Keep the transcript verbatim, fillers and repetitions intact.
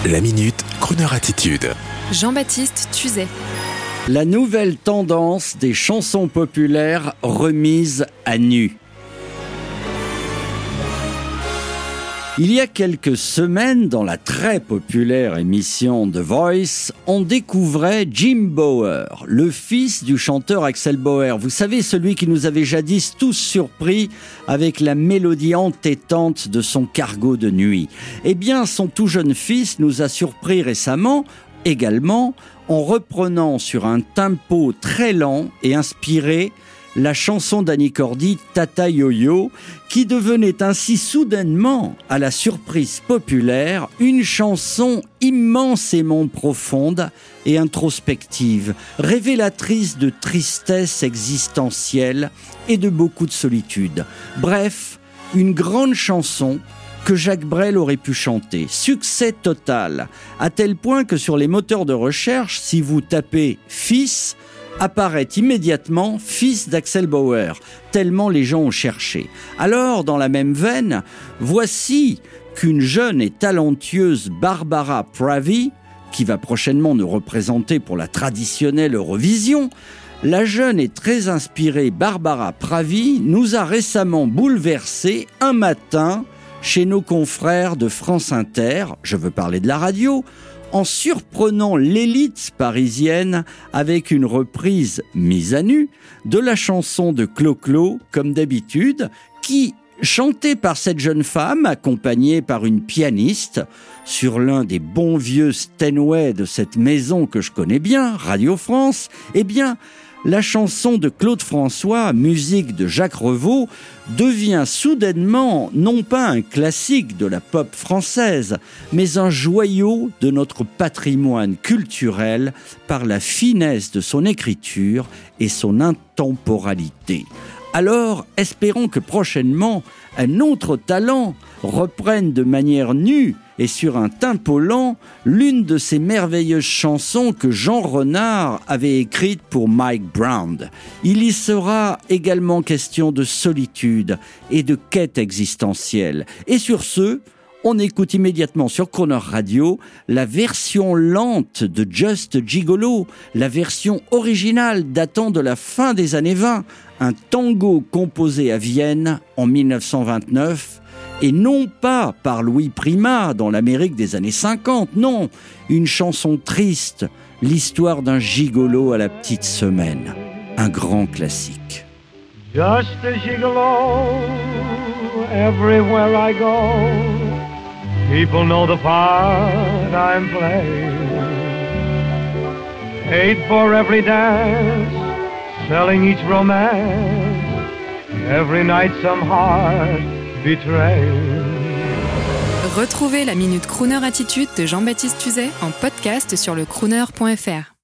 La Minute Crooner Attitude. Jean-Baptiste Tuzet. La nouvelle tendance des chansons populaires remises à nu. Il y a quelques semaines, dans la très populaire émission The Voice, on découvrait Jim Bauer, le fils du chanteur Axel Bauer. Vous savez, celui qui nous avait jadis tous surpris avec la mélodie entêtante de son cargo de nuit. Eh bien, son tout jeune fils nous a surpris récemment, également, en reprenant sur un tempo très lent et inspiré la chanson d'Annie Cordy, Tata Yo-Yo, qui devenait ainsi soudainement, à la surprise populaire, une chanson immensément profonde et introspective, révélatrice de tristesse existentielle et de beaucoup de solitude. Bref, une grande chanson que Jacques Brel aurait pu chanter. Succès total, à tel point que sur les moteurs de recherche, si vous tapez « fils », apparaît immédiatement fils d'Axel Bauer, tellement les gens ont cherché. Alors, dans la même veine, voici qu'une jeune et talentueuse Barbara Pravi, qui va prochainement nous représenter pour la traditionnelle Eurovision, la jeune et très inspirée Barbara Pravi nous a récemment bouleversés un matin chez nos confrères de France Inter, je veux parler de la radio, en surprenant l'élite parisienne avec une reprise mise à nu de la chanson de Clo-Clo, comme d'habitude, qui, chantée par cette jeune femme, accompagnée par une pianiste, sur l'un des bons vieux Steinway de cette maison que je connais bien, Radio France, eh bien, la chanson de Claude François, musique de Jacques Revaux, devient soudainement non pas un classique de la pop française, mais un joyau de notre patrimoine culturel par la finesse de son écriture et son intemporalité. Alors, espérons que prochainement, un autre talent reprenne de manière nue et sur un tempo lent l'une de ces merveilleuses chansons que Jean Renard avait écrites pour Mike Brown. Il y sera également question de solitude et de quête existentielle. Et sur ce, on écoute immédiatement sur Crooner Radio la version lente de Just Gigolo, la version originale datant de la fin des années vingt, un tango composé à Vienne en mille neuf cent vingt-neuf, et non pas par Louis Prima dans l'Amérique des années cinquante, non, une chanson triste, l'histoire d'un gigolo à la petite semaine, un grand classique. Just a gigolo, everywhere I go, people know the part I'm playing. Paid for every dance, selling each romance, every night some heart betrayed. Retrouvez la Minute Crooner Attitude de Jean-Baptiste Tuzet en podcast sur le crooner point f r.